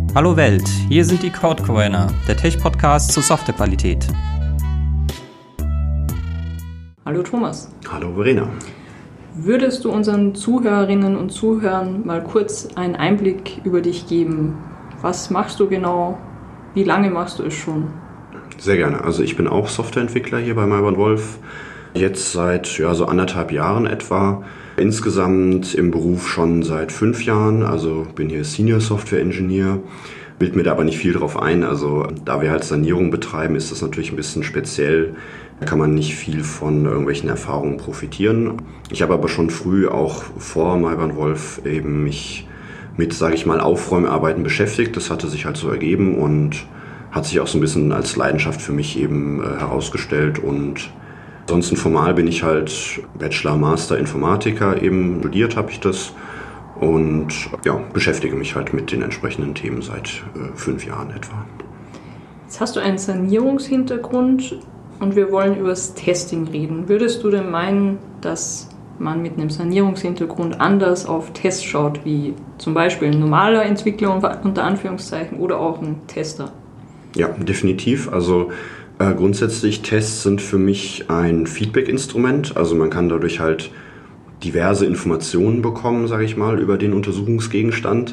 Hallo Welt, hier sind die Codecoiner, der Tech-Podcast zur Softwarequalität. Hallo Thomas. Hallo Verena. Würdest du unseren Zuhörerinnen und Zuhörern mal kurz einen Einblick über dich geben? Was machst du genau? Wie lange machst du es schon? Sehr gerne. Also ich bin auch Softwareentwickler hier bei Malborn Wolf. Jetzt seit so 1,5 Jahren etwa. Insgesamt im Beruf schon seit 5 Jahren. Also bin hier Senior Software Engineer. Bild mir da aber nicht viel drauf ein. Also da wir halt Sanierung betreiben, ist das natürlich ein bisschen speziell. Da kann man nicht viel von irgendwelchen Erfahrungen profitieren. Ich habe aber schon früh auch vor Malborn Wolf eben mich mit, sage ich mal, Aufräumarbeiten beschäftigt. Das hatte sich halt so ergeben und hat sich auch so ein bisschen als Leidenschaft für mich eben herausgestellt. Und ansonsten formal bin ich halt Bachelor, Master Informatiker, eben studiert habe ich das und beschäftige mich halt mit den entsprechenden Themen seit 5 Jahren etwa. Jetzt hast du einen Sanierungshintergrund und wir wollen über das Testing reden. Würdest du denn meinen, dass man mit einem Sanierungshintergrund anders auf Tests schaut, wie zum Beispiel ein normaler Entwickler unter Anführungszeichen oder auch ein Tester? Ja, definitiv. Also grundsätzlich Tests sind für mich ein Feedback-Instrument. Also man kann dadurch halt diverse Informationen bekommen, sage ich mal, über den Untersuchungsgegenstand.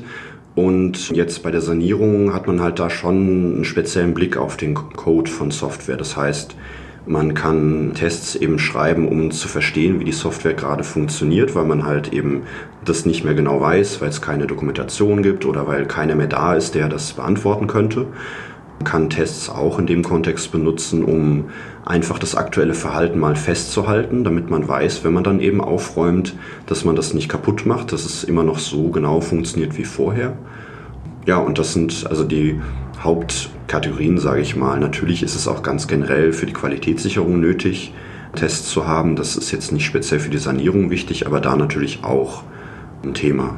Und jetzt bei der Sanierung hat man halt da schon einen speziellen Blick auf den Code von Software. Das heißt, man kann Tests eben schreiben, um zu verstehen, wie die Software gerade funktioniert, weil man halt eben das nicht mehr genau weiß, weil es keine Dokumentation gibt oder weil keiner mehr da ist, der das beantworten könnte. Man kann Tests auch in dem Kontext benutzen, um einfach das aktuelle Verhalten mal festzuhalten, damit man weiß, wenn man dann eben aufräumt, dass man das nicht kaputt macht, dass es immer noch so genau funktioniert wie vorher. Ja, und das sind also die Hauptkategorien, sage ich mal. Natürlich ist es auch ganz generell für die Qualitätssicherung nötig, Tests zu haben. Das ist jetzt nicht speziell für die Sanierung wichtig, aber da natürlich auch ein Thema.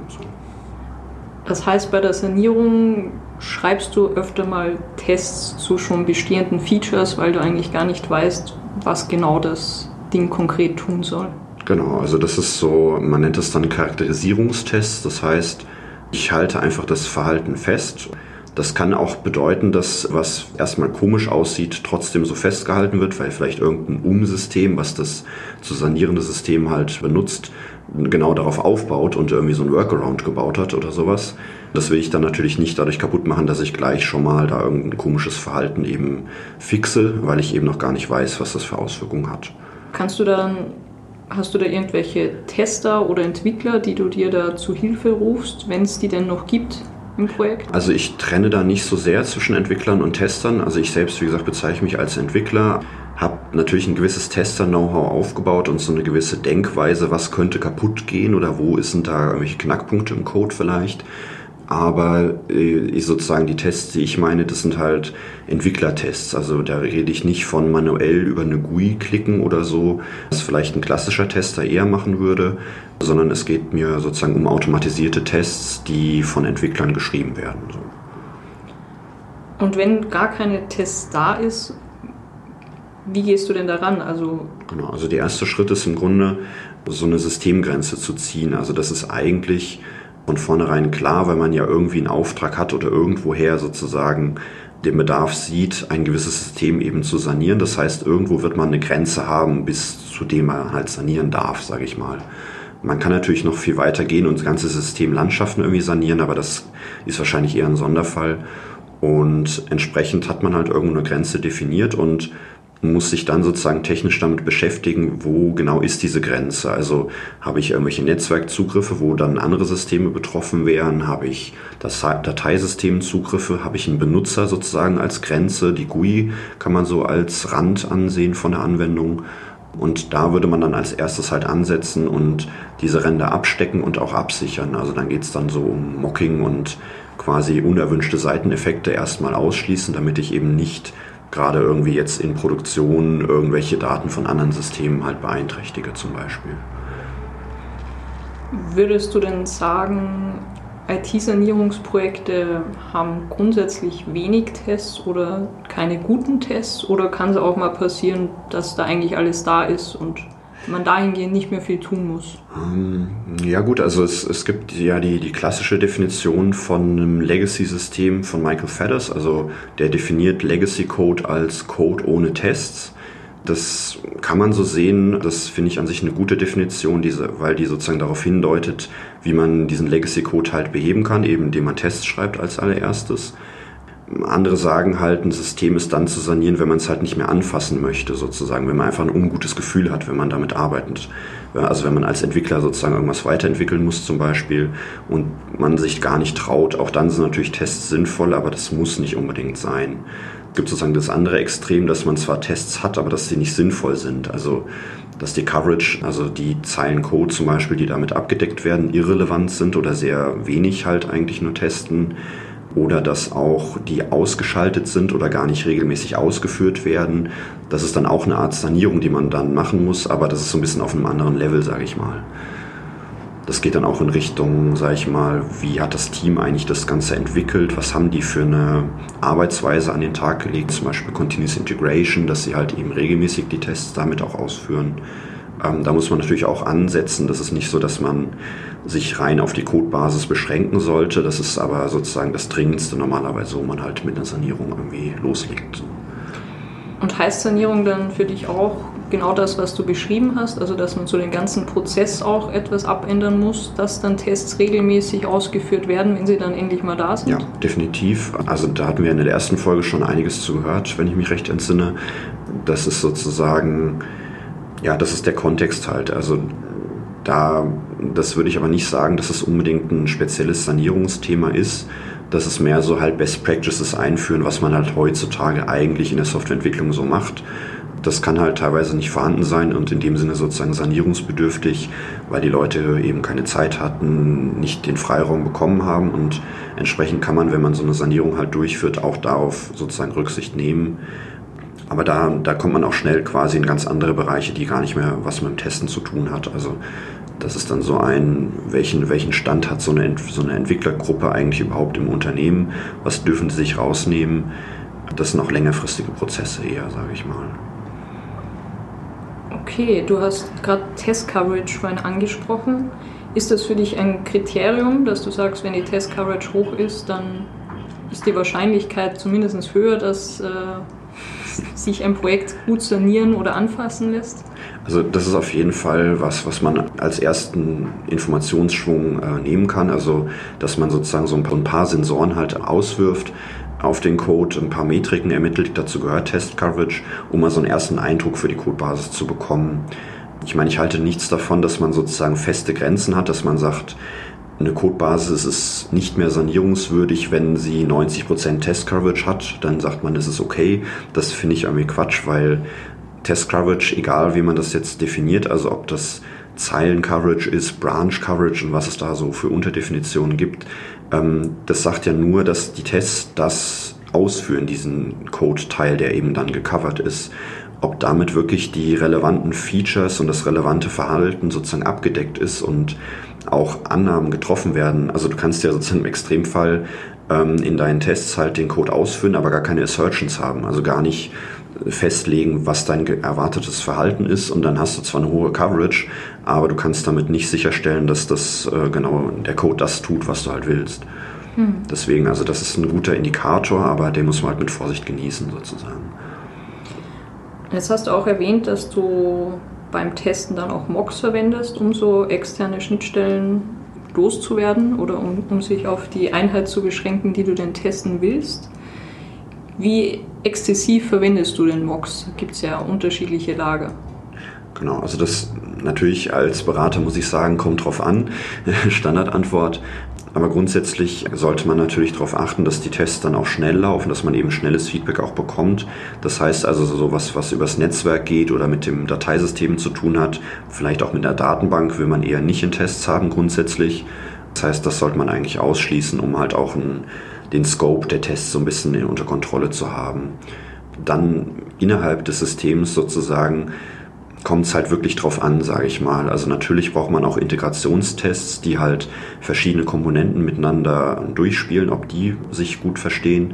Das heißt, bei der Sanierung schreibst du öfter mal Tests zu schon bestehenden Features, weil du eigentlich gar nicht weißt, was genau das Ding konkret tun soll. Genau, also das ist so, man nennt es dann Charakterisierungstests. Das heißt, ich halte einfach das Verhalten fest. Das kann auch bedeuten, dass was erstmal komisch aussieht, trotzdem so festgehalten wird, weil vielleicht irgendein Umsystem, was das zu sanierende System halt benutzt, genau darauf aufbaut und irgendwie so ein Workaround gebaut hat oder sowas. Das will ich dann natürlich nicht dadurch kaputt machen, dass ich gleich schon mal da irgendein komisches Verhalten eben fixe, weil ich eben noch gar nicht weiß, was das für Auswirkungen hat. Hast du da irgendwelche Tester oder Entwickler, die du dir da zu Hilfe rufst, wenn es die denn noch gibt im Projekt? Also ich trenne da nicht so sehr zwischen Entwicklern und Testern. Also ich selbst, wie gesagt, bezeichne mich als Entwickler, habe natürlich ein gewisses Tester-Know-how aufgebaut und so eine gewisse Denkweise, was könnte kaputt gehen oder wo sind da irgendwelche Knackpunkte im Code vielleicht. Aber sozusagen die Tests, die ich meine, das sind halt Entwicklertests. Also da rede ich nicht von manuell über eine GUI klicken oder so, was vielleicht ein klassischer Tester eher machen würde, sondern es geht mir sozusagen um automatisierte Tests, die von Entwicklern geschrieben werden. So. Und wenn gar keine Tests da ist, wie gehst du denn daran? Also der erste Schritt ist im Grunde, so eine Systemgrenze zu ziehen. Also das ist eigentlich von vornherein klar, weil man ja irgendwie einen Auftrag hat oder irgendwoher sozusagen den Bedarf sieht, ein gewisses System eben zu sanieren. Das heißt, irgendwo wird man eine Grenze haben, bis zu dem man halt sanieren darf, sage ich mal. Man kann natürlich noch viel weiter gehen und das ganze System Landschaften irgendwie sanieren, aber das ist wahrscheinlich eher ein Sonderfall. Und entsprechend hat man halt irgendwo eine Grenze definiert und muss sich dann sozusagen technisch damit beschäftigen, wo genau ist diese Grenze. Also habe ich irgendwelche Netzwerkzugriffe, wo dann andere Systeme betroffen wären? Habe ich das Dateisystemzugriffe? Habe ich einen Benutzer sozusagen als Grenze? Die GUI kann man so als Rand ansehen von der Anwendung. Und da würde man dann als erstes halt ansetzen und diese Ränder abstecken und auch absichern. Also dann geht es dann so um Mocking und quasi unerwünschte Seiteneffekte erstmal ausschließen, damit ich eben nicht gerade irgendwie jetzt in Produktion irgendwelche Daten von anderen Systemen halt beeinträchtige zum Beispiel. Würdest du denn sagen, IT-Sanierungsprojekte haben grundsätzlich wenig Tests oder keine guten Tests? Oder kann es auch mal passieren, dass da eigentlich alles da ist und man dahingehend nicht mehr viel tun muss. Ja gut, also es gibt ja die klassische Definition von einem Legacy-System von Michael Fedders, also der definiert Legacy Code als Code ohne Tests. Das kann man so sehen, das finde ich an sich eine gute Definition, weil die sozusagen darauf hindeutet, wie man diesen Legacy-Code halt beheben kann, eben indem man Tests schreibt als allererstes. Andere sagen halt, ein System ist dann zu sanieren, wenn man es halt nicht mehr anfassen möchte, sozusagen, wenn man einfach ein ungutes Gefühl hat, wenn man damit arbeitet. Also wenn man als Entwickler sozusagen irgendwas weiterentwickeln muss zum Beispiel und man sich gar nicht traut, auch dann sind natürlich Tests sinnvoll, aber das muss nicht unbedingt sein. Es gibt sozusagen das andere Extrem, dass man zwar Tests hat, aber dass sie nicht sinnvoll sind. Also dass die Coverage, also die Zeilen Code zum Beispiel, die damit abgedeckt werden, irrelevant sind oder sehr wenig halt eigentlich nur testen. Oder dass auch die ausgeschaltet sind oder gar nicht regelmäßig ausgeführt werden. Das ist dann auch eine Art Sanierung, die man dann machen muss, aber das ist so ein bisschen auf einem anderen Level, sage ich mal. Das geht dann auch in Richtung, sage ich mal, wie hat das Team eigentlich das Ganze entwickelt, was haben die für eine Arbeitsweise an den Tag gelegt, zum Beispiel Continuous Integration, dass sie halt eben regelmäßig die Tests damit auch ausführen. Da muss man natürlich auch ansetzen, das ist nicht so, dass man sich rein auf die Codebasis beschränken sollte, das ist aber sozusagen das Dringendste normalerweise, wo man halt mit einer Sanierung irgendwie loslegt. Und heißt Sanierung dann für dich auch genau das, was du beschrieben hast, also dass man so den ganzen Prozess auch etwas abändern muss, dass dann Tests regelmäßig ausgeführt werden, wenn sie dann endlich mal da sind? Ja, definitiv. Also da hatten wir in der ersten Folge schon einiges zu gehört, wenn ich mich recht entsinne. Das ist sozusagen, ja, das ist der Kontext halt. Also das würde ich aber nicht sagen, dass es unbedingt ein spezielles Sanierungsthema ist. Das ist mehr so halt Best Practices einführen, was man halt heutzutage eigentlich in der Softwareentwicklung so macht. Das kann halt teilweise nicht vorhanden sein und in dem Sinne sozusagen sanierungsbedürftig, weil die Leute eben keine Zeit hatten, nicht den Freiraum bekommen haben und entsprechend kann man, wenn man so eine Sanierung halt durchführt, auch darauf sozusagen Rücksicht nehmen. Aber da kommt man auch schnell quasi in ganz andere Bereiche, die gar nicht mehr was mit dem Testen zu tun hat. Also das ist dann so welchen Stand hat so eine Entwicklergruppe eigentlich überhaupt im Unternehmen? Was dürfen sie sich rausnehmen? Das sind auch längerfristige Prozesse eher, sage ich mal. Okay, du hast gerade Test-Coverage vorhin angesprochen. Ist das für dich ein Kriterium, dass du sagst, wenn die Test-Coverage hoch ist, dann ist die Wahrscheinlichkeit zumindest höher, dass sich ein Projekt gut sanieren oder anfassen lässt? Also das ist auf jeden Fall was man als ersten Informationsschwung nehmen kann. Also dass man sozusagen so ein paar Sensoren halt auswirft auf den Code, ein paar Metriken ermittelt, dazu gehört Test Coverage, um mal so einen ersten Eindruck für die Codebasis zu bekommen. Ich meine, ich halte nichts davon, dass man sozusagen feste Grenzen hat, dass man sagt, eine Codebasis ist nicht mehr sanierungswürdig, wenn sie 90% Test Coverage hat, dann sagt man, es ist okay. Das finde ich irgendwie Quatsch, weil Test Coverage, egal wie man das jetzt definiert, also ob das Zeilen-Coverage ist, Branch-Coverage und was es da so für Unterdefinitionen gibt, das sagt ja nur, dass die Tests das ausführen, diesen Code-Teil, der eben dann gecovert ist. Ob damit wirklich die relevanten Features und das relevante Verhalten sozusagen abgedeckt ist und auch Annahmen getroffen werden. Also du kannst ja sozusagen im Extremfall in deinen Tests halt den Code ausführen, aber gar keine Assertions haben, also gar nicht festlegen, was dein erwartetes Verhalten ist und dann hast du zwar eine hohe Coverage, aber du kannst damit nicht sicherstellen, dass das genau der Code das tut, was du halt willst. Deswegen, also das ist ein guter Indikator, aber den muss man halt mit Vorsicht genießen sozusagen. Jetzt hast du auch erwähnt, dass du beim Testen dann auch Mocks verwendest, um so externe Schnittstellen loszuwerden oder um sich auf die Einheit zu beschränken, die du denn testen willst. Wie exzessiv verwendest du denn Mocks? Da gibt es ja unterschiedliche Lager. Genau, also das natürlich als Berater muss ich sagen, kommt drauf an, Standardantwort. Aber grundsätzlich sollte man natürlich darauf achten, dass die Tests dann auch schnell laufen, dass man eben schnelles Feedback auch bekommt. Das heißt also sowas, was übers Netzwerk geht oder mit dem Dateisystem zu tun hat, vielleicht auch mit der Datenbank will man eher nicht in Tests haben grundsätzlich. Das heißt, das sollte man eigentlich ausschließen, um halt auch den Scope der Tests so ein bisschen unter Kontrolle zu haben. Dann innerhalb des Systems sozusagen kommt es halt wirklich drauf an, sage ich mal. Also natürlich braucht man auch Integrationstests, die halt verschiedene Komponenten miteinander durchspielen, ob die sich gut verstehen.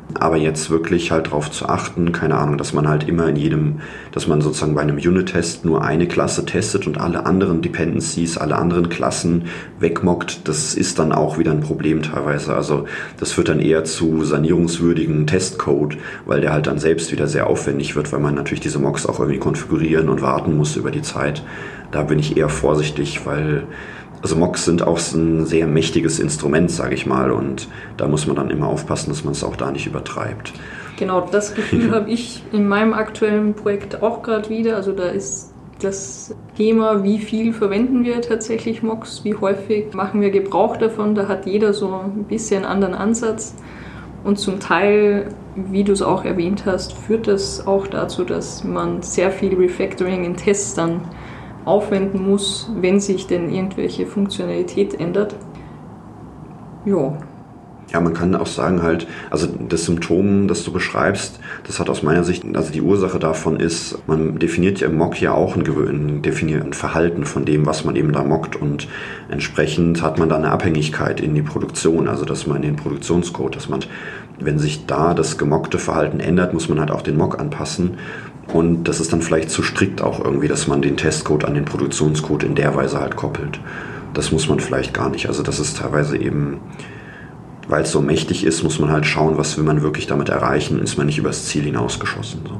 Aber jetzt wirklich halt darauf zu achten, keine Ahnung, dass man halt immer dass man sozusagen bei einem Unit-Test nur eine Klasse testet und alle anderen Dependencies, alle anderen Klassen wegmockt, das ist dann auch wieder ein Problem teilweise. Also das führt dann eher zu sanierungswürdigen Testcode, weil der halt dann selbst wieder sehr aufwendig wird, weil man natürlich diese Mocks auch irgendwie konfigurieren und warten muss über die Zeit. Da bin ich eher vorsichtig, weil also Mocks sind auch ein sehr mächtiges Instrument, sage ich mal, und da muss man dann immer aufpassen, dass man es auch da nicht übertreibt. Genau, das Gefühl habe ich in meinem aktuellen Projekt auch gerade wieder. Also da ist das Thema, wie viel verwenden wir tatsächlich Mocks, wie häufig machen wir Gebrauch davon, da hat jeder so ein bisschen einen anderen Ansatz. Und zum Teil, wie du es auch erwähnt hast, führt das auch dazu, dass man sehr viel Refactoring in Tests dann aufwenden muss, wenn sich denn irgendwelche Funktionalität ändert. Ja. Ja, man kann auch sagen halt, also das Symptom, das du beschreibst, das hat aus meiner Sicht, also die Ursache davon ist, man definiert ja im Mock ja auch ein Verhalten von dem, was man eben da mockt, und entsprechend hat man da eine Abhängigkeit in die Produktion, also dass man in den Produktionscode, dass man, wenn sich da das gemockte Verhalten ändert, muss man halt auch den Mock anpassen. Und das ist dann vielleicht zu strikt auch irgendwie, dass man den Testcode an den Produktionscode in der Weise halt koppelt. Das muss man vielleicht gar nicht. Also das ist teilweise eben, weil es so mächtig ist, muss man halt schauen, was will man wirklich damit erreichen, und ist man nicht übers Ziel hinausgeschossen. So.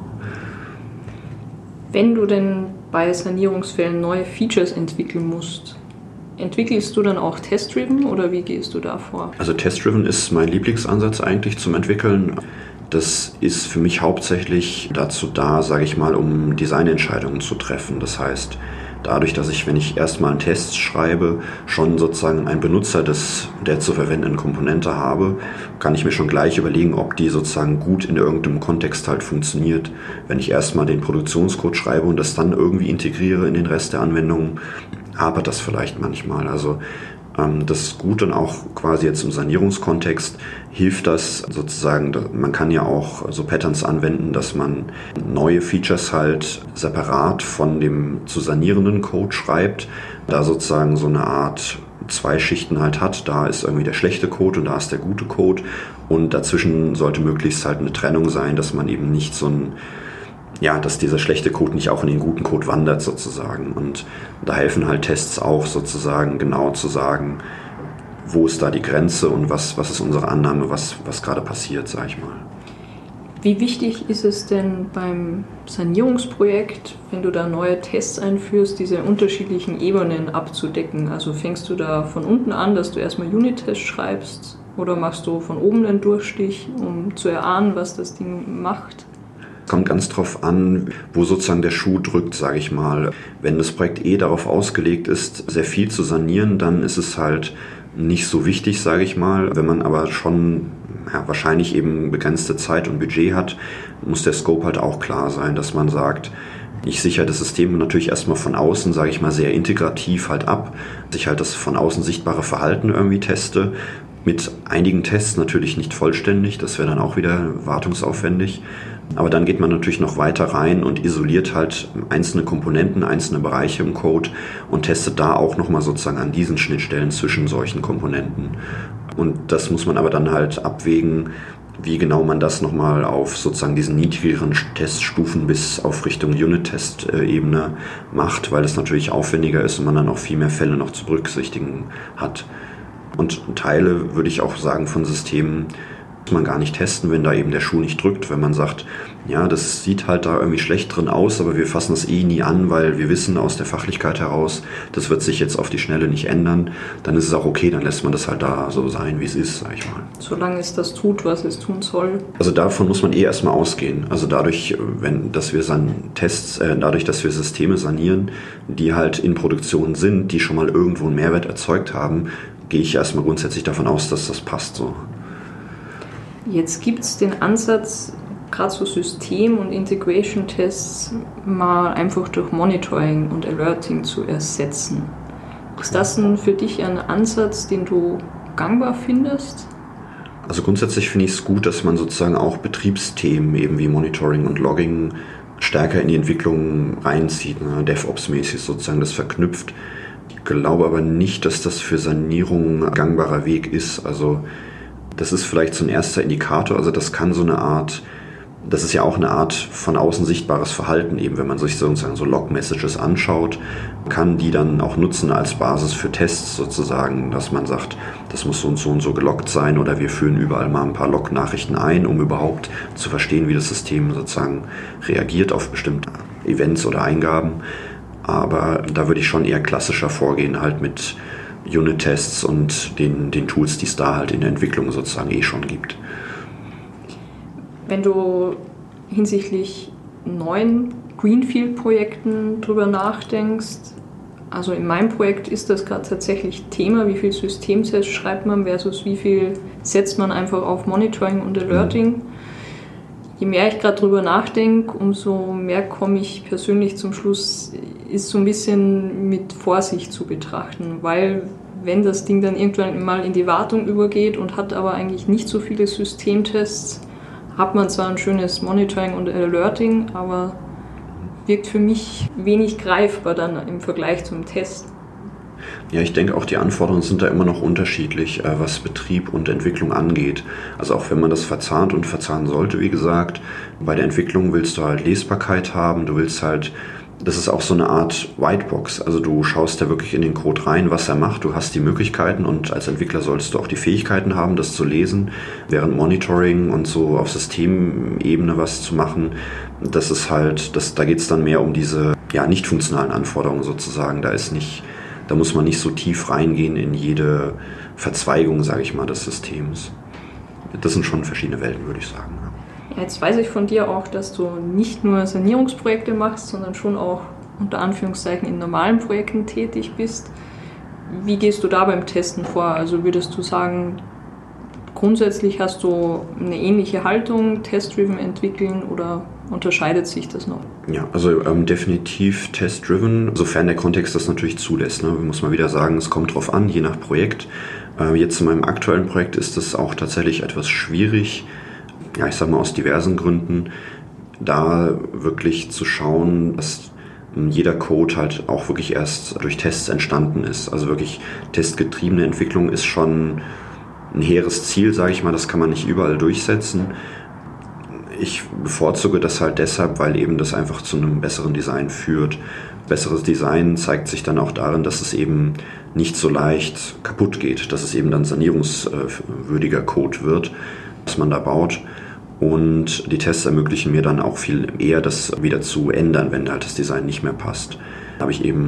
Wenn du denn bei Sanierungsfällen neue Features entwickeln musst, entwickelst du dann auch Test-Driven oder wie gehst du da vor? Also Test-Driven ist mein Lieblingsansatz eigentlich zum Entwickeln. Das ist für mich hauptsächlich dazu da, sage ich mal, um Designentscheidungen zu treffen. Das heißt, dadurch, dass ich, wenn ich erstmal einen Test schreibe, schon sozusagen einen Benutzer der zu verwendenden Komponente habe, kann ich mir schon gleich überlegen, ob die sozusagen gut in irgendeinem Kontext halt funktioniert. Wenn ich erstmal den Produktionscode schreibe und das dann irgendwie integriere in den Rest der Anwendung, hapert das vielleicht manchmal. Also das ist gut, und auch quasi jetzt im Sanierungskontext hilft das sozusagen, man kann ja auch so Patterns anwenden, dass man neue Features halt separat von dem zu sanierenden Code schreibt, da sozusagen so eine Art 2 Schichten halt hat, da ist irgendwie der schlechte Code und da ist der gute Code, und dazwischen sollte möglichst halt eine Trennung sein, dass man eben nicht dass dieser schlechte Code nicht auch in den guten Code wandert sozusagen. Und da helfen halt Tests auch sozusagen genau zu sagen, wo ist da die Grenze und was ist unsere Annahme, was gerade passiert, sag ich mal. Wie wichtig ist es denn beim Sanierungsprojekt, wenn du da neue Tests einführst, diese unterschiedlichen Ebenen abzudecken? Also fängst du da von unten an, dass du erstmal Unit-Tests schreibst, oder machst du von oben einen Durchstich, um zu erahnen, was das Ding macht? Kommt ganz drauf an, wo sozusagen der Schuh drückt, sage ich mal. Wenn das Projekt darauf ausgelegt ist, sehr viel zu sanieren, dann ist es halt nicht so wichtig, sage ich mal. Wenn man aber schon wahrscheinlich eben begrenzte Zeit und Budget hat, muss der Scope halt auch klar sein, dass man sagt, ich sichere das System natürlich erstmal von außen, sage ich mal, sehr integrativ halt ab, dass ich halt das von außen sichtbare Verhalten irgendwie teste. Mit einigen Tests natürlich nicht vollständig, das wäre dann auch wieder wartungsaufwendig. Aber dann geht man natürlich noch weiter rein und isoliert halt einzelne Komponenten, einzelne Bereiche im Code und testet da auch nochmal sozusagen an diesen Schnittstellen zwischen solchen Komponenten. Und das muss man aber dann halt abwägen, wie genau man das nochmal auf sozusagen diesen niedrigeren Teststufen bis auf Richtung Unit-Test-Ebene macht, weil es natürlich aufwendiger ist und man dann auch viel mehr Fälle noch zu berücksichtigen hat. Und Teile, würde ich auch sagen, von Systemen muss man gar nicht testen, wenn da eben der Schuh nicht drückt. Wenn man sagt, ja, das sieht halt da irgendwie schlecht drin aus, aber wir fassen das nie an, weil wir wissen aus der Fachlichkeit heraus, das wird sich jetzt auf die Schnelle nicht ändern, dann ist es auch okay, dann lässt man das halt da so sein, wie es ist, sag ich mal. Solange es das tut, was es tun soll. Also davon muss man erstmal ausgehen. Also dadurch, dass wir Systeme sanieren, die halt in Produktion sind, die schon mal irgendwo einen Mehrwert erzeugt haben, gehe ich erstmal grundsätzlich davon aus, dass das passt so. Jetzt gibt es den Ansatz, gerade so System- und Integration-Tests mal einfach durch Monitoring und Alerting zu ersetzen. Ist das für dich ein Ansatz, den du gangbar findest? Also grundsätzlich finde ich es gut, dass man sozusagen auch Betriebsthemen eben wie Monitoring und Logging stärker in die Entwicklung reinzieht, ne? DevOps-mäßig sozusagen das verknüpft. Ich glaube aber nicht, dass das für Sanierung ein gangbarer Weg ist. Also Das ist vielleicht so ein erster Indikator, also das kann so eine Art, das ist ja auch eine Art von außen sichtbares Verhalten eben, wenn man sich sozusagen so Log-Messages anschaut, kann die dann auch nutzen als Basis für Tests sozusagen, dass man sagt, das muss so und so geloggt sein oder wir führen überall mal ein paar Log-Nachrichten ein, um überhaupt zu verstehen, wie das System sozusagen reagiert auf bestimmte Events oder Eingaben. Aber da würde ich schon eher klassischer vorgehen, halt mit Unit-Tests und den Tools, die es da halt in der Entwicklung sozusagen schon gibt. Wenn du hinsichtlich neuen Greenfield-Projekten drüber nachdenkst, also in meinem Projekt ist das gerade tatsächlich Thema, wie viel Systemtests schreibt man versus wie viel setzt man einfach auf Monitoring und Alerting. Je mehr ich gerade drüber nachdenke, umso mehr komme ich persönlich zum Schluss, ist so ein bisschen mit Vorsicht zu betrachten, weil wenn das Ding dann irgendwann mal in die Wartung übergeht und hat aber eigentlich nicht so viele Systemtests, hat man zwar ein schönes Monitoring und Alerting, aber wirkt für mich wenig greifbar dann im Vergleich zum Test. Ja, ich denke auch die Anforderungen sind da immer noch unterschiedlich, was Betrieb und Entwicklung angeht. Also auch wenn man das verzahnt und verzahnen sollte, wie gesagt, bei der Entwicklung willst du halt Lesbarkeit haben, du willst halt, das ist auch so eine Art Whitebox, also du schaust ja wirklich in den Code rein, was er macht, du hast die Möglichkeiten und als Entwickler solltest du auch die Fähigkeiten haben, das zu lesen, während Monitoring und so auf Systemebene was zu machen, das ist halt, da geht es dann mehr um diese nicht funktionalen Anforderungen sozusagen, da muss man nicht so tief reingehen in jede Verzweigung, sage ich mal, des Systems. Das sind schon verschiedene Welten, würde ich sagen. Ja, jetzt weiß ich von dir auch, dass du nicht nur Sanierungsprojekte machst, sondern schon auch unter Anführungszeichen in normalen Projekten tätig bist. Wie gehst du da beim Testen vor? Also würdest du sagen, grundsätzlich hast du eine ähnliche Haltung, test-driven entwickeln oder unterscheidet sich das noch? Ja, also definitiv test-driven, sofern der Kontext das natürlich zulässt. Ne? Muss man wieder sagen, es kommt drauf an, je nach Projekt. Jetzt in meinem aktuellen Projekt ist es auch tatsächlich etwas schwierig, ja, ich sag mal aus diversen Gründen, da wirklich zu schauen, dass jeder Code halt auch wirklich erst durch Tests entstanden ist. Also wirklich testgetriebene Entwicklung ist schon ein hehres Ziel, sage ich mal, das kann man nicht überall durchsetzen. Ich bevorzuge das halt deshalb, weil eben das einfach zu einem besseren Design führt. Besseres Design zeigt sich dann auch darin, dass es eben nicht so leicht kaputt geht, dass es eben dann sanierungswürdiger Code wird, was man da baut. Und die Tests ermöglichen mir dann auch viel eher, das wieder zu ändern, wenn halt das Design nicht mehr passt. Da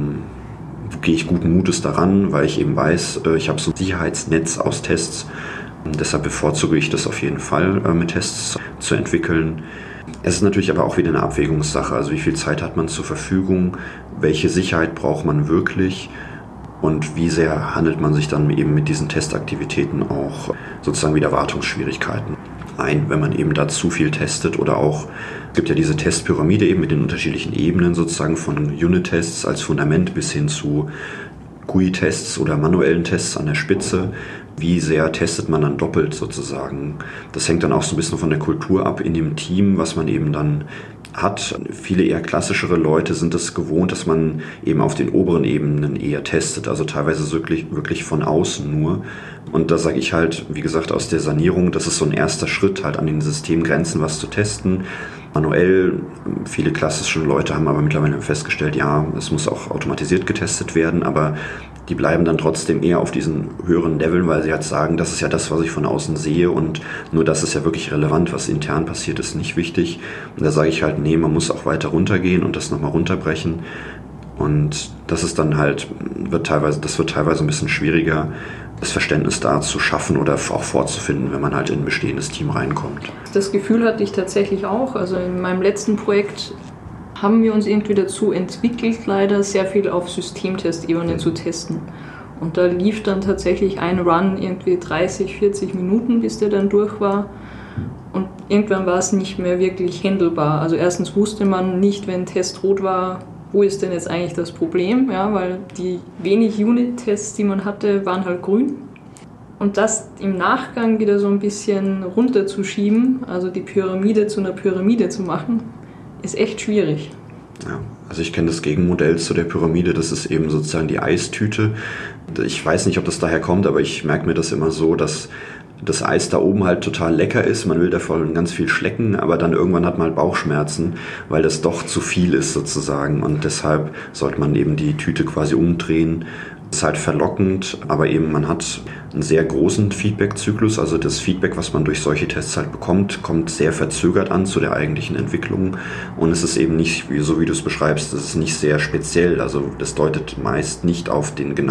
gehe ich guten Mutes daran, weil ich eben weiß, ich habe so ein Sicherheitsnetz aus Tests. Deshalb bevorzuge ich das auf jeden Fall, mit Tests zu entwickeln. Es ist natürlich aber auch wieder eine Abwägungssache. Also wie viel Zeit hat man zur Verfügung, welche Sicherheit braucht man wirklich und wie sehr handelt man sich dann eben mit diesen Testaktivitäten auch sozusagen wieder Wartungsschwierigkeiten ein, wenn man eben da zu viel testet oder auch, es gibt ja diese Testpyramide eben mit den unterschiedlichen Ebenen sozusagen von Unit-Tests als Fundament bis hin zu GUI-Tests oder manuellen Tests an der Spitze. Wie sehr testet man dann doppelt sozusagen? Das hängt dann auch so ein bisschen von der Kultur ab in dem Team, was man eben dann hat. Viele eher klassischere Leute sind es gewohnt, dass man eben auf den oberen Ebenen eher testet, also teilweise wirklich von außen nur. Und da sage ich halt, wie gesagt, aus der Sanierung, das ist so ein erster Schritt, halt an den Systemgrenzen was zu testen. Manuell, viele klassische Leute haben aber mittlerweile festgestellt, ja, es muss auch automatisiert getestet werden, aber die bleiben dann trotzdem eher auf diesen höheren Leveln, weil sie halt sagen, das ist ja das, was ich von außen sehe und nur das ist ja wirklich relevant, was intern passiert, ist nicht wichtig. Und da sage ich halt, nee, man muss auch weiter runtergehen und das nochmal runterbrechen. Und das ist dann halt, wird teilweise ein bisschen schwieriger, das Verständnis da zu schaffen oder auch vorzufinden, wenn man halt in ein bestehendes Team reinkommt. Das Gefühl hatte ich tatsächlich auch. Also in meinem letzten Projekt haben wir uns irgendwie dazu entwickelt, leider sehr viel auf Systemtestebene zu testen. Und da lief dann tatsächlich ein Run irgendwie 30, 40 Minuten, bis der dann durch war. Und irgendwann war es nicht mehr wirklich handelbar. Also erstens wusste man nicht, wenn Test rot war, wo ist denn jetzt eigentlich das Problem? Ja, weil die wenig Unit-Tests, die man hatte, waren halt grün. Und das im Nachgang wieder so ein bisschen runterzuschieben, also die Pyramide zu einer Pyramide zu machen, ist echt schwierig. Ja, also ich kenne das Gegenmodell zu der Pyramide, das ist eben sozusagen die Eistüte. Ich weiß nicht, ob das daher kommt, aber ich merke mir das immer so, dass das Eis da oben halt total lecker ist, man will davon ganz viel schlecken, aber dann irgendwann hat man halt Bauchschmerzen, weil das doch zu viel ist sozusagen und deshalb sollte man eben die Tüte quasi umdrehen. Das ist halt verlockend, aber eben man hat einen sehr großen Feedback-Zyklus, also das Feedback, was man durch solche Tests halt bekommt, kommt sehr verzögert an zu der eigentlichen Entwicklung und es ist eben nicht, so wie du es beschreibst, das ist nicht sehr speziell, also das deutet meist nicht auf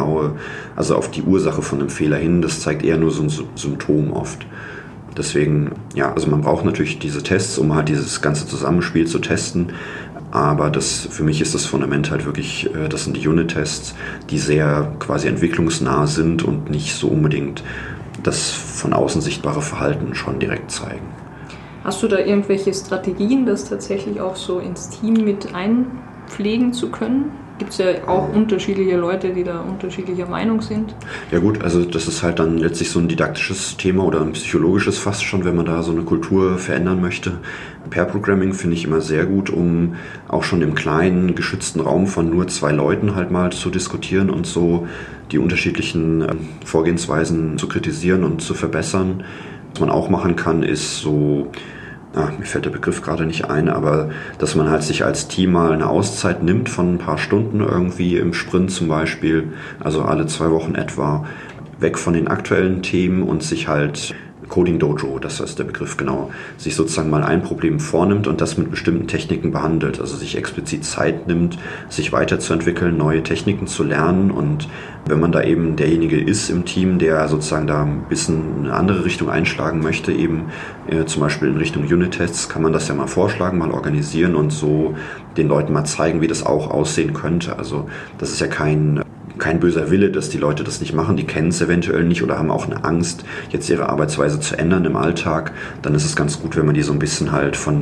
auf die Ursache von einem Fehler hin, das zeigt eher nur so ein Symptom oft. Deswegen, ja, also man braucht natürlich diese Tests, um halt dieses ganze Zusammenspiel zu testen. Aber für mich ist das Fundament halt wirklich, das sind die Unit-Tests, die sehr quasi entwicklungsnah sind und nicht so unbedingt das von außen sichtbare Verhalten schon direkt zeigen. Hast du da irgendwelche Strategien, das tatsächlich auch so ins Team mit einpflegen zu können? Gibt es ja auch unterschiedliche Leute, die da unterschiedlicher Meinung sind. Ja gut, also das ist halt dann letztlich so ein didaktisches Thema oder ein psychologisches fast schon, wenn man da so eine Kultur verändern möchte. Pair-Programming finde ich immer sehr gut, um auch schon im kleinen, geschützten Raum von nur 2 Leuten halt mal zu diskutieren und so die unterschiedlichen Vorgehensweisen zu kritisieren und zu verbessern. Was man auch machen kann, ist so... mir fällt der Begriff gerade nicht ein, aber dass man halt sich als Team mal eine Auszeit nimmt von ein paar Stunden irgendwie im Sprint zum Beispiel, also alle 2 Wochen etwa, weg von den aktuellen Themen und sich halt Coding Dojo, das ist der Begriff genau, sich sozusagen mal ein Problem vornimmt und das mit bestimmten Techniken behandelt, also sich explizit Zeit nimmt, sich weiterzuentwickeln, neue Techniken zu lernen und wenn man da eben derjenige ist im Team, der sozusagen da ein bisschen eine andere Richtung einschlagen möchte, eben zum Beispiel in Richtung Unit-Tests, kann man das ja mal vorschlagen, mal organisieren und so den Leuten mal zeigen, wie das auch aussehen könnte. Also das ist ja kein böser Wille, dass die Leute das nicht machen, die kennen es eventuell nicht oder haben auch eine Angst, jetzt ihre Arbeitsweise zu ändern im Alltag, dann ist es ganz gut, wenn man die so ein bisschen halt von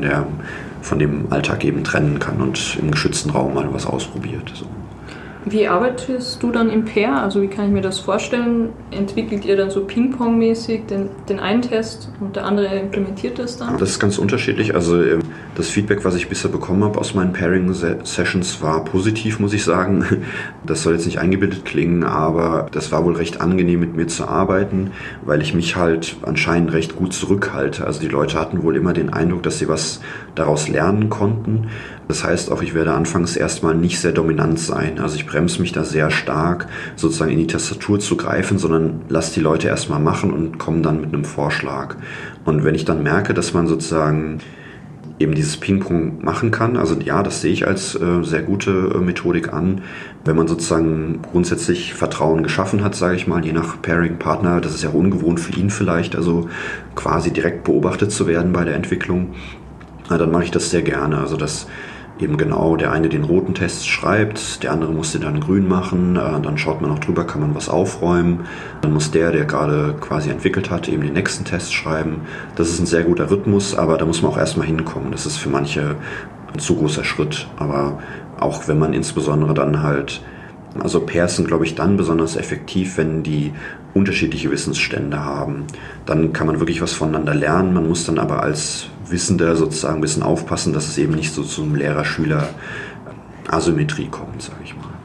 dem Alltag eben trennen kann und im geschützten Raum mal was ausprobiert. So. Wie arbeitest du dann im Pair? Also wie kann ich mir das vorstellen? Entwickelt ihr dann so Ping-Pong-mäßig den einen Test und der andere implementiert das dann? Das ist ganz unterschiedlich. Also das Feedback, was ich bisher bekommen habe aus meinen Pairing-Sessions, war positiv, muss ich sagen. Das soll jetzt nicht eingebildet klingen, aber das war wohl recht angenehm, mit mir zu arbeiten, weil ich mich halt anscheinend recht gut zurückhalte. Also die Leute hatten wohl immer den Eindruck, dass sie was daraus lernen konnten. Das heißt auch, ich werde anfangs erstmal nicht sehr dominant sein. Also ich bremse mich da sehr stark, sozusagen in die Tastatur zu greifen, sondern lasse die Leute erstmal machen und komme dann mit einem Vorschlag. Und wenn ich dann merke, dass man sozusagen eben dieses Ping-Pong machen kann, also ja, das sehe ich als sehr gute Methodik an, wenn man sozusagen grundsätzlich Vertrauen geschaffen hat, sage ich mal, je nach Pairing-Partner, das ist ja ungewohnt für ihn vielleicht, also quasi direkt beobachtet zu werden bei der Entwicklung, dann mache ich das sehr gerne. Also dass eben genau der eine den roten Test schreibt, der andere muss den dann grün machen, dann schaut man noch drüber, kann man was aufräumen, dann muss der gerade quasi entwickelt hat, eben den nächsten Test schreiben. Das ist ein sehr guter Rhythmus, aber da muss man auch erstmal hinkommen. Das ist für manche ein zu großer Schritt, aber auch wenn man insbesondere dann halt, also Pairs sind, glaube ich, dann besonders effektiv, wenn die unterschiedliche Wissensstände haben. Dann kann man wirklich was voneinander lernen, man muss dann aber als Wissender sozusagen ein bisschen aufpassen, dass es eben nicht so zum Lehrer-Schüler-Asymmetrie kommt, sage ich mal.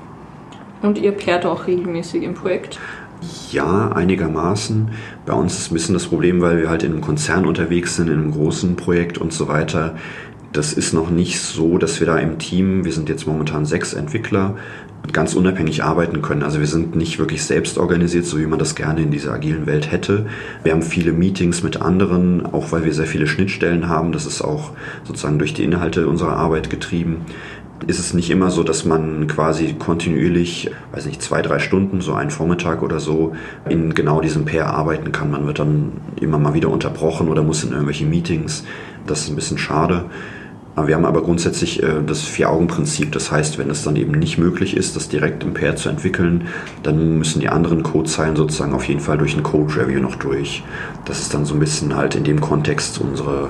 Und ihr pairt auch regelmäßig im Projekt? Ja, einigermaßen. Bei uns ist ein bisschen das Problem, weil wir halt in einem Konzern unterwegs sind, in einem großen Projekt und so weiter. Das ist noch nicht so, dass wir da im Team, wir sind jetzt momentan 6 Entwickler, ganz unabhängig arbeiten können. Also wir sind nicht wirklich selbst organisiert, so wie man das gerne in dieser agilen Welt hätte. Wir haben viele Meetings mit anderen, auch weil wir sehr viele Schnittstellen haben. Das ist auch sozusagen durch die Inhalte unserer Arbeit getrieben. Ist es nicht immer so, dass man quasi kontinuierlich, 2-3 Stunden, so einen Vormittag oder so, in genau diesem Pair arbeiten kann. Man wird dann immer mal wieder unterbrochen oder muss in irgendwelche Meetings. Das ist ein bisschen schade. Wir haben aber grundsätzlich das 4-Augen-Prinzip. Das heißt, wenn es dann eben nicht möglich ist, das direkt im Pair zu entwickeln, dann müssen die anderen Codezeilen sozusagen auf jeden Fall durch ein Code-Review noch durch. Das ist dann so ein bisschen halt in dem Kontext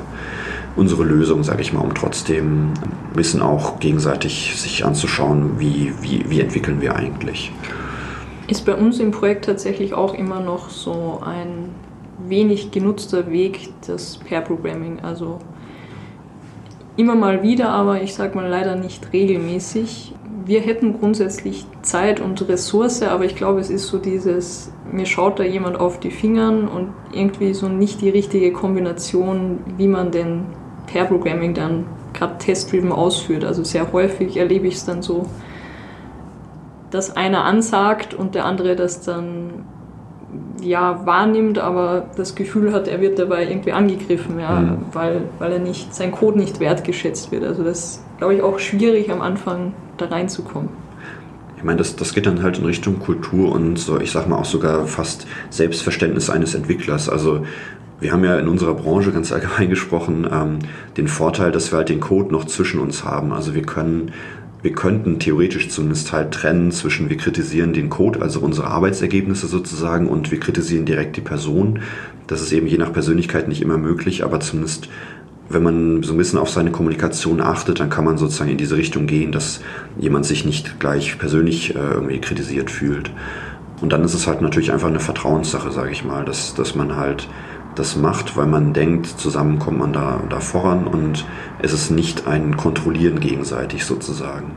unsere Lösung, sage ich mal, um trotzdem ein bisschen auch gegenseitig sich anzuschauen, wie entwickeln wir eigentlich. Ist bei uns im Projekt tatsächlich auch immer noch so ein wenig genutzter Weg, das Pair-Programming. Also immer mal wieder, aber ich sag mal leider nicht regelmäßig. wir hätten grundsätzlich Zeit und Ressource, aber ich glaube, es ist so dieses, mir schaut da jemand auf die Fingern und irgendwie so nicht die richtige Kombination, wie man denn Pair-Programming dann gerade test-driven ausführt. Also sehr häufig erlebe ich es dann so, dass einer ansagt und der andere das dann wahrnimmt, aber das Gefühl hat, er wird dabei irgendwie angegriffen, weil sein Code nicht wertgeschätzt wird. Also das ist, glaube ich, auch schwierig am Anfang da reinzukommen. Ich meine, das geht dann halt in Richtung Kultur und so, ich sag mal auch sogar fast Selbstverständnis eines Entwicklers. Also wir haben ja in unserer Branche ganz allgemein gesprochen den Vorteil, dass wir halt den Code noch zwischen uns haben. Also wir könnten theoretisch zumindest halt trennen zwischen wir kritisieren den Code, also unsere Arbeitsergebnisse sozusagen, und wir kritisieren direkt die Person. Das ist eben je nach Persönlichkeit nicht immer möglich, aber zumindest wenn man so ein bisschen auf seine Kommunikation achtet, dann kann man sozusagen in diese Richtung gehen, dass jemand sich nicht gleich persönlich irgendwie kritisiert fühlt. Und dann ist es halt natürlich einfach eine Vertrauenssache, sage ich mal, dass man halt das macht, weil man denkt, zusammen kommt man da voran und es ist nicht ein Kontrollieren gegenseitig sozusagen.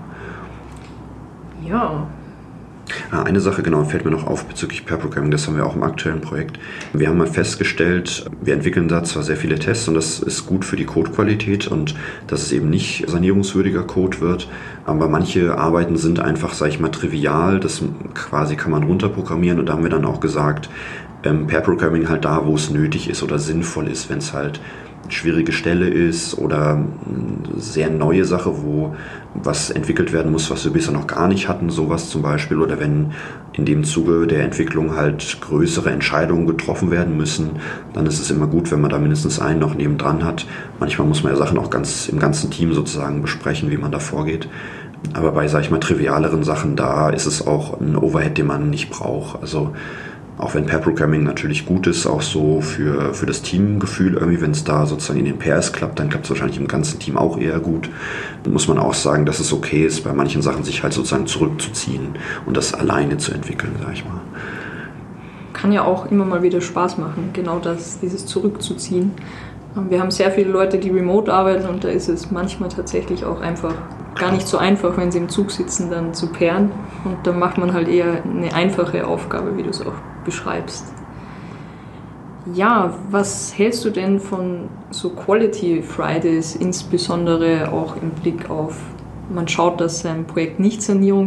Ja. Eine Sache, genau, fällt mir noch auf bezüglich Pair-Programming, das haben wir auch im aktuellen Projekt. Wir haben mal festgestellt, wir entwickeln da zwar sehr viele Tests und das ist gut für die Codequalität und dass es eben nicht sanierungswürdiger Code wird, aber manche Arbeiten sind einfach, sag ich mal, trivial, das quasi kann man runterprogrammieren und da haben wir dann auch gesagt, Pair-Programming halt da, wo es nötig ist oder sinnvoll ist, wenn es halt eine schwierige Stelle ist oder eine sehr neue Sache, wo was entwickelt werden muss, was wir bisher noch gar nicht hatten, sowas zum Beispiel, oder wenn in dem Zuge der Entwicklung halt größere Entscheidungen getroffen werden müssen, dann ist es immer gut, wenn man da mindestens einen noch nebendran hat. Manchmal muss man ja Sachen auch im ganzen Team sozusagen besprechen, wie man da vorgeht. Aber bei, sag ich mal, trivialeren Sachen, da ist es auch ein Overhead, den man nicht braucht. Also auch wenn Pair-Programming natürlich gut ist, auch so für das Teamgefühl irgendwie, wenn es da sozusagen in den Pairs klappt, dann klappt es wahrscheinlich im ganzen Team auch eher gut. Dann muss man auch sagen, dass es okay ist, bei manchen Sachen sich halt sozusagen zurückzuziehen und das alleine zu entwickeln, sag ich mal. Kann ja auch immer mal wieder Spaß machen, genau dieses Zurückzuziehen. Wir haben sehr viele Leute, die remote arbeiten und da ist es manchmal tatsächlich auch einfach gar nicht so einfach, wenn sie im Zug sitzen, dann zu pairen. Und dann macht man halt eher eine einfache Aufgabe, wie du es auch beschreibst. Ja, was hältst du denn von so Quality Fridays, insbesondere auch im Blick auf, man schaut, dass sein Projekt nicht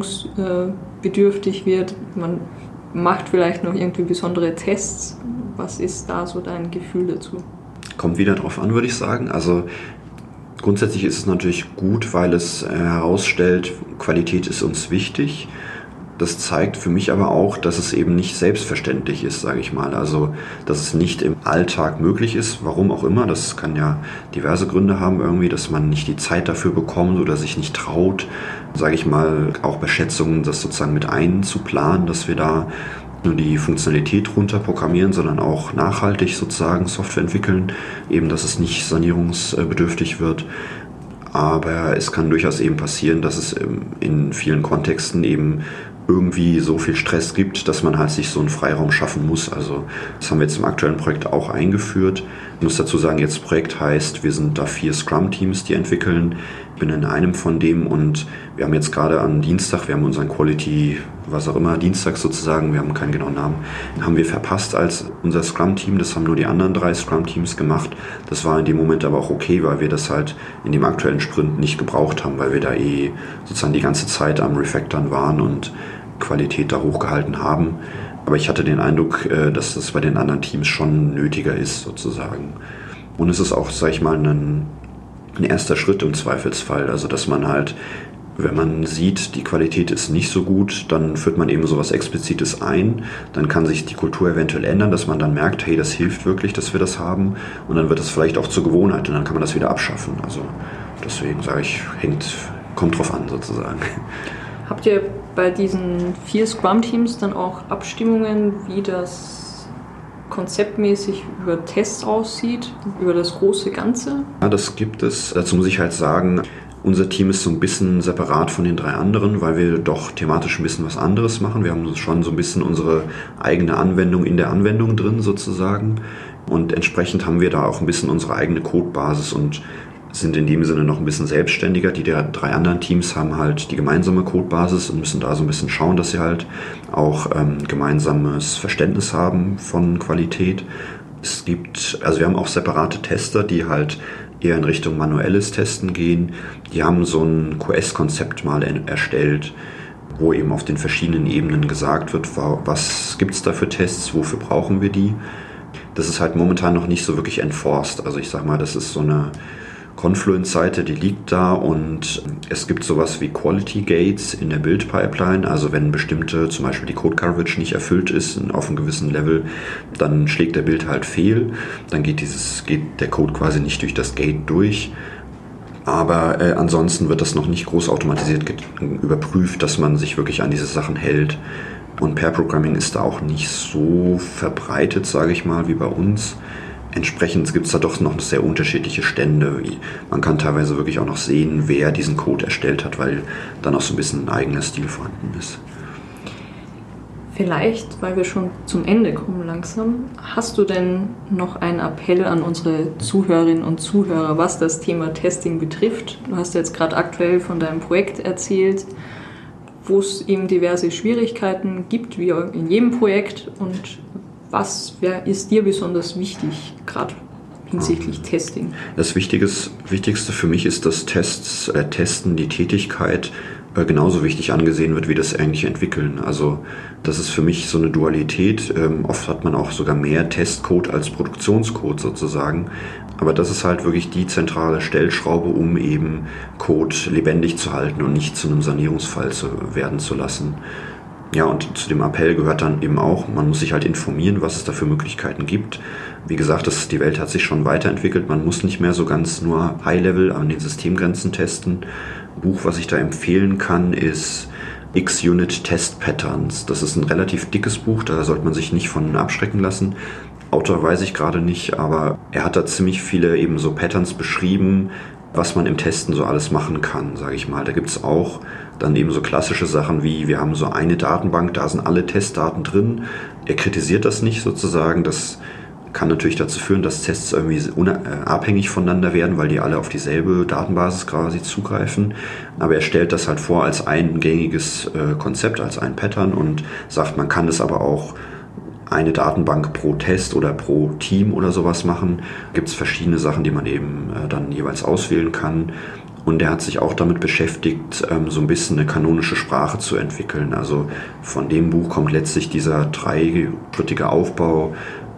sanierungsbedürftig wird, man macht vielleicht noch irgendwie besondere Tests. Was ist da so dein Gefühl dazu? Kommt wieder drauf an, würde ich sagen. Also grundsätzlich ist es natürlich gut, weil es herausstellt, Qualität ist uns wichtig. Das zeigt für mich aber auch, dass es eben nicht selbstverständlich ist, sage ich mal. Also, dass es nicht im Alltag möglich ist, warum auch immer. Das kann ja diverse Gründe haben irgendwie, dass man nicht die Zeit dafür bekommt oder sich nicht traut, sage ich mal, auch bei Schätzungen das sozusagen mit einzuplanen, dass wir da nur die Funktionalität runterprogrammieren, sondern auch nachhaltig sozusagen Software entwickeln, eben dass es nicht sanierungsbedürftig wird. Aber es kann durchaus eben passieren, dass es in vielen Kontexten eben irgendwie so viel Stress gibt, dass man halt sich so einen Freiraum schaffen muss. Also das haben wir jetzt im aktuellen Projekt auch eingeführt. Ich muss dazu sagen, jetzt Projekt heißt, wir sind da 4 Scrum-Teams, die entwickeln. Ich bin in einem von dem und wir haben jetzt gerade am Dienstag, wir haben unseren Quality, was auch immer, Dienstag sozusagen, wir haben keinen genauen Namen, haben wir verpasst als unser Scrum-Team. Das haben nur die anderen 3 Scrum-Teams gemacht. Das war in dem Moment aber auch okay, weil wir das halt in dem aktuellen Sprint nicht gebraucht haben, weil wir da sozusagen die ganze Zeit am Refactoren waren und Qualität da hochgehalten haben. Aber ich hatte den Eindruck, dass das bei den anderen Teams schon nötiger ist, sozusagen. Und es ist auch, sag ich mal, ein erster Schritt im Zweifelsfall. Also, dass man halt, wenn man sieht, die Qualität ist nicht so gut, dann führt man eben sowas Explizites ein. Dann kann sich die Kultur eventuell ändern, dass man dann merkt, hey, das hilft wirklich, dass wir das haben. Und dann wird es vielleicht auch zur Gewohnheit und dann kann man das wieder abschaffen. Also, deswegen sage ich, kommt drauf an, sozusagen. Habt ihr bei diesen 4 Scrum-Teams dann auch Abstimmungen, wie das konzeptmäßig über Tests aussieht, über das große Ganze? Ja, das gibt es. Dazu muss ich halt sagen, unser Team ist so ein bisschen separat von den 3 anderen, weil wir doch thematisch ein bisschen was anderes machen. Wir haben schon so ein bisschen unsere eigene Anwendung in der Anwendung drin sozusagen und entsprechend haben wir da auch ein bisschen unsere eigene Codebasis und sind in dem Sinne noch ein bisschen selbstständiger. Die 3 anderen Teams haben halt die gemeinsame Codebasis und müssen da so ein bisschen schauen, dass sie halt auch gemeinsames Verständnis haben von Qualität. Wir haben auch separate Tester, die halt eher in Richtung manuelles Testen gehen. Die haben so ein QS-Konzept mal erstellt, wo eben auf den verschiedenen Ebenen gesagt wird, was gibt es da für Tests, wofür brauchen wir die. Das ist halt momentan noch nicht so wirklich enforced. Also ich sag mal, das ist so eine Confluence-Seite, die liegt da und es gibt sowas wie Quality Gates in der Build-Pipeline. Also wenn bestimmte, zum Beispiel die Code-Coverage nicht erfüllt ist auf einem gewissen Level, dann schlägt der Build halt fehl. Dann geht der Code quasi nicht durch das Gate durch. Aber ansonsten wird das noch nicht groß automatisiert überprüft, dass man sich wirklich an diese Sachen hält. Und Pair-Programming ist da auch nicht so verbreitet, sage ich mal, wie bei uns. Entsprechend gibt es da doch noch sehr unterschiedliche Stände. Man kann teilweise wirklich auch noch sehen, wer diesen Code erstellt hat, weil dann auch so ein bisschen ein eigener Stil vorhanden ist. Vielleicht, weil wir schon zum Ende kommen langsam, hast du denn noch einen Appell an unsere Zuhörerinnen und Zuhörer, was das Thema Testing betrifft? Du hast jetzt gerade aktuell von deinem Projekt erzählt, wo es eben diverse Schwierigkeiten gibt, wie in jedem Projekt. Und was ist dir besonders wichtig, gerade hinsichtlich Testing? Das Wichtigste für mich ist, dass Testen, die Tätigkeit, genauso wichtig angesehen wird wie das eigentliche Entwickeln. Also das ist für mich so eine Dualität. Oft hat man auch sogar mehr Testcode als Produktionscode sozusagen. Aber das ist halt wirklich die zentrale Stellschraube, um eben Code lebendig zu halten und nicht zu einem Sanierungsfall werden zu lassen. Ja, und zu dem Appell gehört dann eben auch, man muss sich halt informieren, was es da für Möglichkeiten gibt. Wie gesagt, die Welt hat sich schon weiterentwickelt. Man muss nicht mehr so ganz nur High-Level an den Systemgrenzen testen. Ein Buch, was ich da empfehlen kann, ist X-Unit Test Patterns. Das ist ein relativ dickes Buch, da sollte man sich nicht von abschrecken lassen. Autor weiß ich gerade nicht, aber er hat da ziemlich viele eben so Patterns beschrieben, was man im Testen so alles machen kann, sage ich mal. Da gibt es auch dann eben so klassische Sachen wie, wir haben so eine Datenbank, da sind alle Testdaten drin. Er kritisiert das nicht sozusagen, das kann natürlich dazu führen, dass Tests irgendwie abhängig voneinander werden, weil die alle auf dieselbe Datenbasis quasi zugreifen. Aber er stellt das halt vor als ein gängiges Konzept, als ein Pattern und sagt, man kann es aber auch eine Datenbank pro Test oder pro Team oder sowas machen. Gibt es verschiedene Sachen, die man eben dann jeweils auswählen kann. Und er hat sich auch damit beschäftigt, so ein bisschen eine kanonische Sprache zu entwickeln. Also von dem Buch kommt letztlich dieser dreischrittige Aufbau.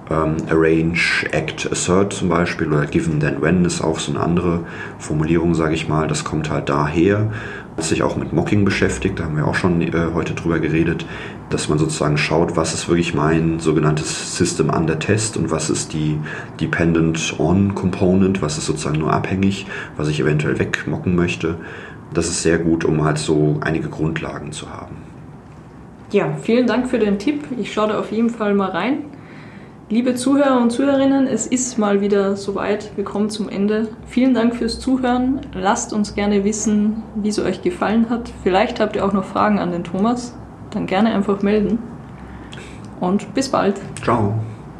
Arrange, Act, Assert zum Beispiel oder Given, Then, When ist auch so eine andere Formulierung, sage ich mal. Das kommt halt daher. Hat sich auch mit Mocking beschäftigt, da haben wir auch schon heute drüber geredet, dass man sozusagen schaut, was ist wirklich mein sogenanntes System under Test und was ist die Dependent on Component, was ist sozusagen nur abhängig, was ich eventuell wegmocken möchte. Das ist sehr gut, um halt so einige Grundlagen zu haben. Ja, vielen Dank für den Tipp. Ich schaue da auf jeden Fall mal rein. Liebe Zuhörer und Zuhörerinnen, es ist mal wieder soweit, wir kommen zum Ende. Vielen Dank fürs Zuhören. Lasst uns gerne wissen, wie es euch gefallen hat. Vielleicht habt ihr auch noch Fragen an den Thomas. Dann gerne einfach melden. Und bis bald. Ciao.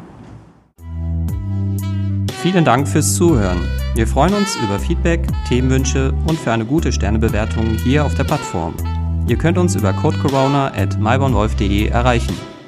Vielen Dank fürs Zuhören. Wir freuen uns über Feedback, Themenwünsche und für eine gute Sternebewertung hier auf der Plattform. Ihr könnt uns über codecorona@mybornwolf.de erreichen.